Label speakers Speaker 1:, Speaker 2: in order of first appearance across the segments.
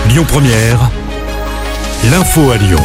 Speaker 1: Lyon Première, l'info à Lyon.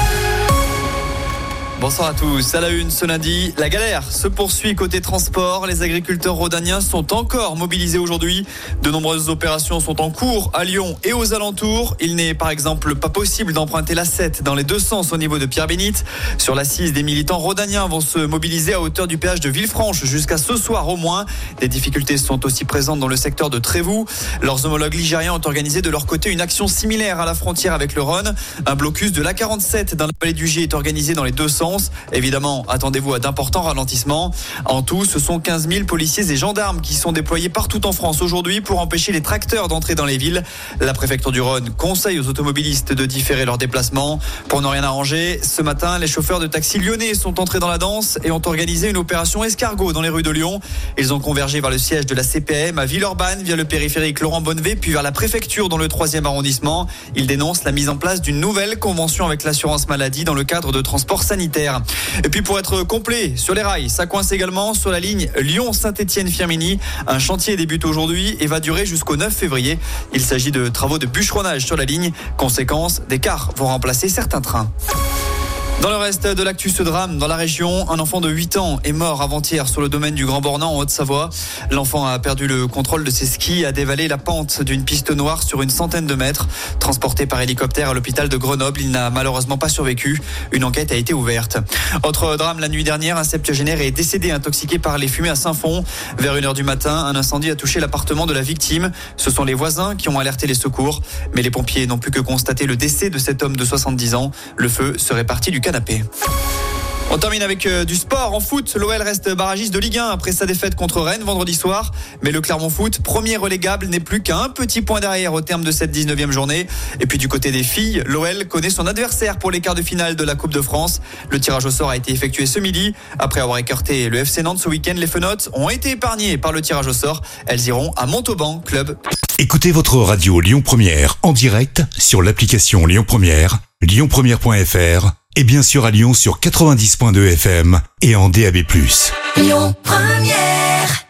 Speaker 2: Bonsoir à tous. À la une ce lundi, la galère se poursuit côté transport. Les agriculteurs rhodaniens sont encore mobilisés aujourd'hui. De nombreuses opérations sont en cours à Lyon et aux alentours. Il n'est par exemple pas possible d'emprunter la 7 dans les deux sens au niveau de Pierre-Bénite. Sur la 6, des militants rhodaniens vont se mobiliser à hauteur du péage de Villefranche jusqu'à ce soir au moins. Des difficultés sont aussi présentes dans le secteur de Trévoux. Leurs homologues ligériens ont organisé de leur côté une action similaire à la frontière avec le Rhône. Un blocus de l'A47 dans la vallée du Gier est organisé dans les deux sens. Évidemment, attendez-vous à d'importants ralentissements. En tout, ce sont 15 000 policiers et gendarmes qui sont déployés partout en France aujourd'hui pour empêcher les tracteurs d'entrer dans les villes. La préfecture du Rhône conseille aux automobilistes de différer leurs déplacements. Pour ne rien arranger, ce matin, les chauffeurs de taxi lyonnais sont entrés dans la danse et ont organisé une opération escargot dans les rues de Lyon. Ils ont convergé vers le siège de la CPM à Villeurbanne via le périphérique Laurent Bonnevet, puis vers la préfecture dans le 3e arrondissement. Ils dénoncent la mise en place d'une nouvelle convention avec l'assurance maladie dans le cadre de transport sanitaire. Et puis pour être complet sur les rails, ça coince également sur la ligne Lyon-Saint-Étienne-Firminy. Un chantier débute aujourd'hui et va durer jusqu'au 9 février. Il s'agit de travaux de bûcheronnage sur la ligne. Conséquence, des cars vont remplacer certains trains. Dans le reste de l'actu, ce drame dans la région, un enfant de 8 ans est mort avant-hier sur le domaine du Grand Bornand en Haute-Savoie. L'enfant a perdu le contrôle de ses skis et a dévalé la pente d'une piste noire sur une centaine de mètres. Transporté par hélicoptère à l'hôpital de Grenoble, il n'a malheureusement pas survécu. Une enquête a été ouverte. Autre drame la nuit dernière, un septuagénaire est décédé intoxiqué par les fumées à Saint-Fond. Vers 1h du matin, un incendie a touché l'appartement de la victime. Ce sont les voisins qui ont alerté les secours. Mais les pompiers n'ont pu que constater le décès de cet homme de 70 ans. Le feu serait parti du canapé. On termine avec du sport. En foot, l'OL reste barragiste de Ligue 1 après sa défaite contre Rennes vendredi soir. Mais le Clermont Foot, premier relégable, n'est plus qu'à un petit point derrière au terme de cette 19e journée. Et puis du côté des filles, l'OL connaît son adversaire pour les quarts de finale de la Coupe de France. Le tirage au sort a été effectué ce midi. Après avoir écarté le FC Nantes ce week-end, les Fenotes ont été épargnées par le tirage au sort. Elles iront à Montauban Club.
Speaker 1: Écoutez votre radio Lyon Première en direct sur l'application Lyon Première, lyonpremière.fr et bien sûr à Lyon sur 90.2 FM et en DAB+.
Speaker 3: Lyon Première.